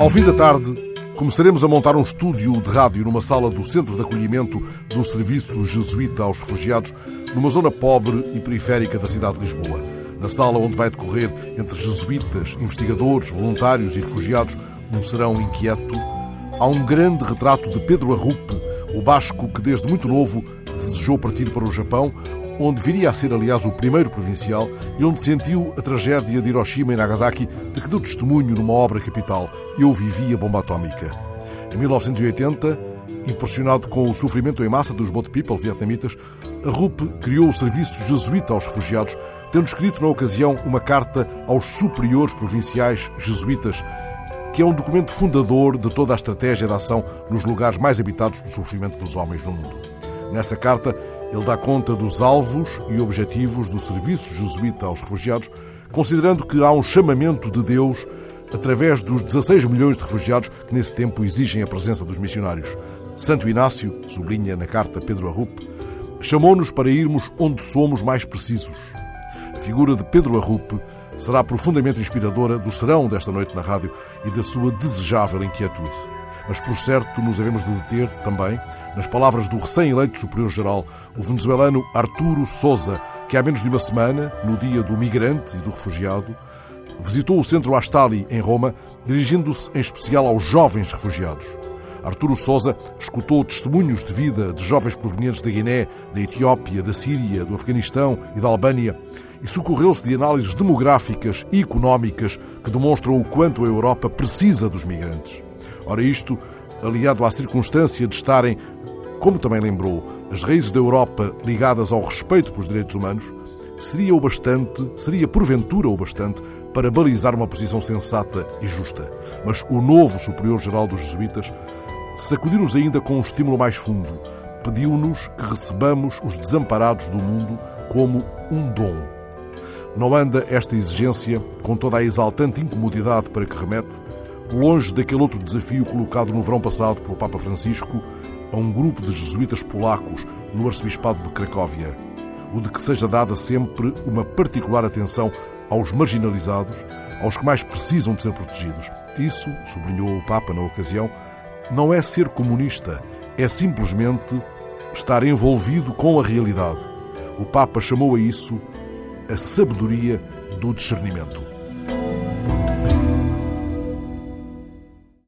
Ao fim da tarde, começaremos a montar um estúdio de rádio numa sala do Centro de Acolhimento do Serviço Jesuíta aos Refugiados, numa zona pobre e periférica da cidade de Lisboa. Na sala onde vai decorrer, entre jesuítas, investigadores, voluntários e refugiados, um serão inquieto, há um grande retrato de Pedro Arrupe, o basco que desde muito novo desejou partir para o Japão, onde viria a ser, aliás, o primeiro provincial e onde sentiu a tragédia de Hiroshima e Nagasaki, de que deu testemunho numa obra capital, Eu Vivi a Bomba Atómica. Em 1980, impressionado com o sofrimento em massa dos boat people vietnamitas, Arrupe criou o Serviço Jesuíta aos Refugiados, tendo escrito na ocasião uma carta aos superiores provinciais jesuítas, que é um documento fundador de toda a estratégia de ação nos lugares mais habitados pelo sofrimento dos homens no mundo. Nessa carta, ele dá conta dos alvos e objetivos do Serviço Jesuíta aos Refugiados, considerando que há um chamamento de Deus através dos 16 milhões de refugiados que nesse tempo exigem a presença dos missionários. Santo Inácio, sublinha na carta Pedro Arrupe, chamou-nos para irmos onde somos mais precisos. A figura de Pedro Arrupe será profundamente inspiradora do serão desta noite na rádio e da sua desejável inquietude. Mas, por certo, nos devemos de deter também nas palavras do recém-eleito superior-geral, o venezuelano Arturo Sousa, que há menos de uma semana, no dia do migrante e do refugiado, visitou o Centro Astali, em Roma, dirigindo-se em especial aos jovens refugiados. Arturo Sousa escutou testemunhos de vida de jovens provenientes da Guiné, da Etiópia, da Síria, do Afeganistão e da Albânia e socorreu-se de análises demográficas e económicas que demonstram o quanto a Europa precisa dos migrantes. Ora, isto, aliado à circunstância de estarem, como também lembrou, as raízes da Europa ligadas ao respeito pelos direitos humanos, seria porventura o bastante para balizar uma posição sensata e justa. Mas o novo superior-geral dos jesuítas sacudiu-nos ainda com um estímulo mais fundo. Pediu-nos que recebamos os desamparados do mundo como um dom. Não anda esta exigência, com toda a exaltante incomodidade para que remete, longe daquele outro desafio colocado no verão passado pelo Papa Francisco a um grupo de jesuítas polacos no arcebispado de Cracóvia, o de que seja dada sempre uma particular atenção aos marginalizados, aos que mais precisam de ser protegidos. Isso, sublinhou o Papa na ocasião, não é ser comunista, é simplesmente estar envolvido com a realidade. O Papa chamou a isso a sabedoria do discernimento.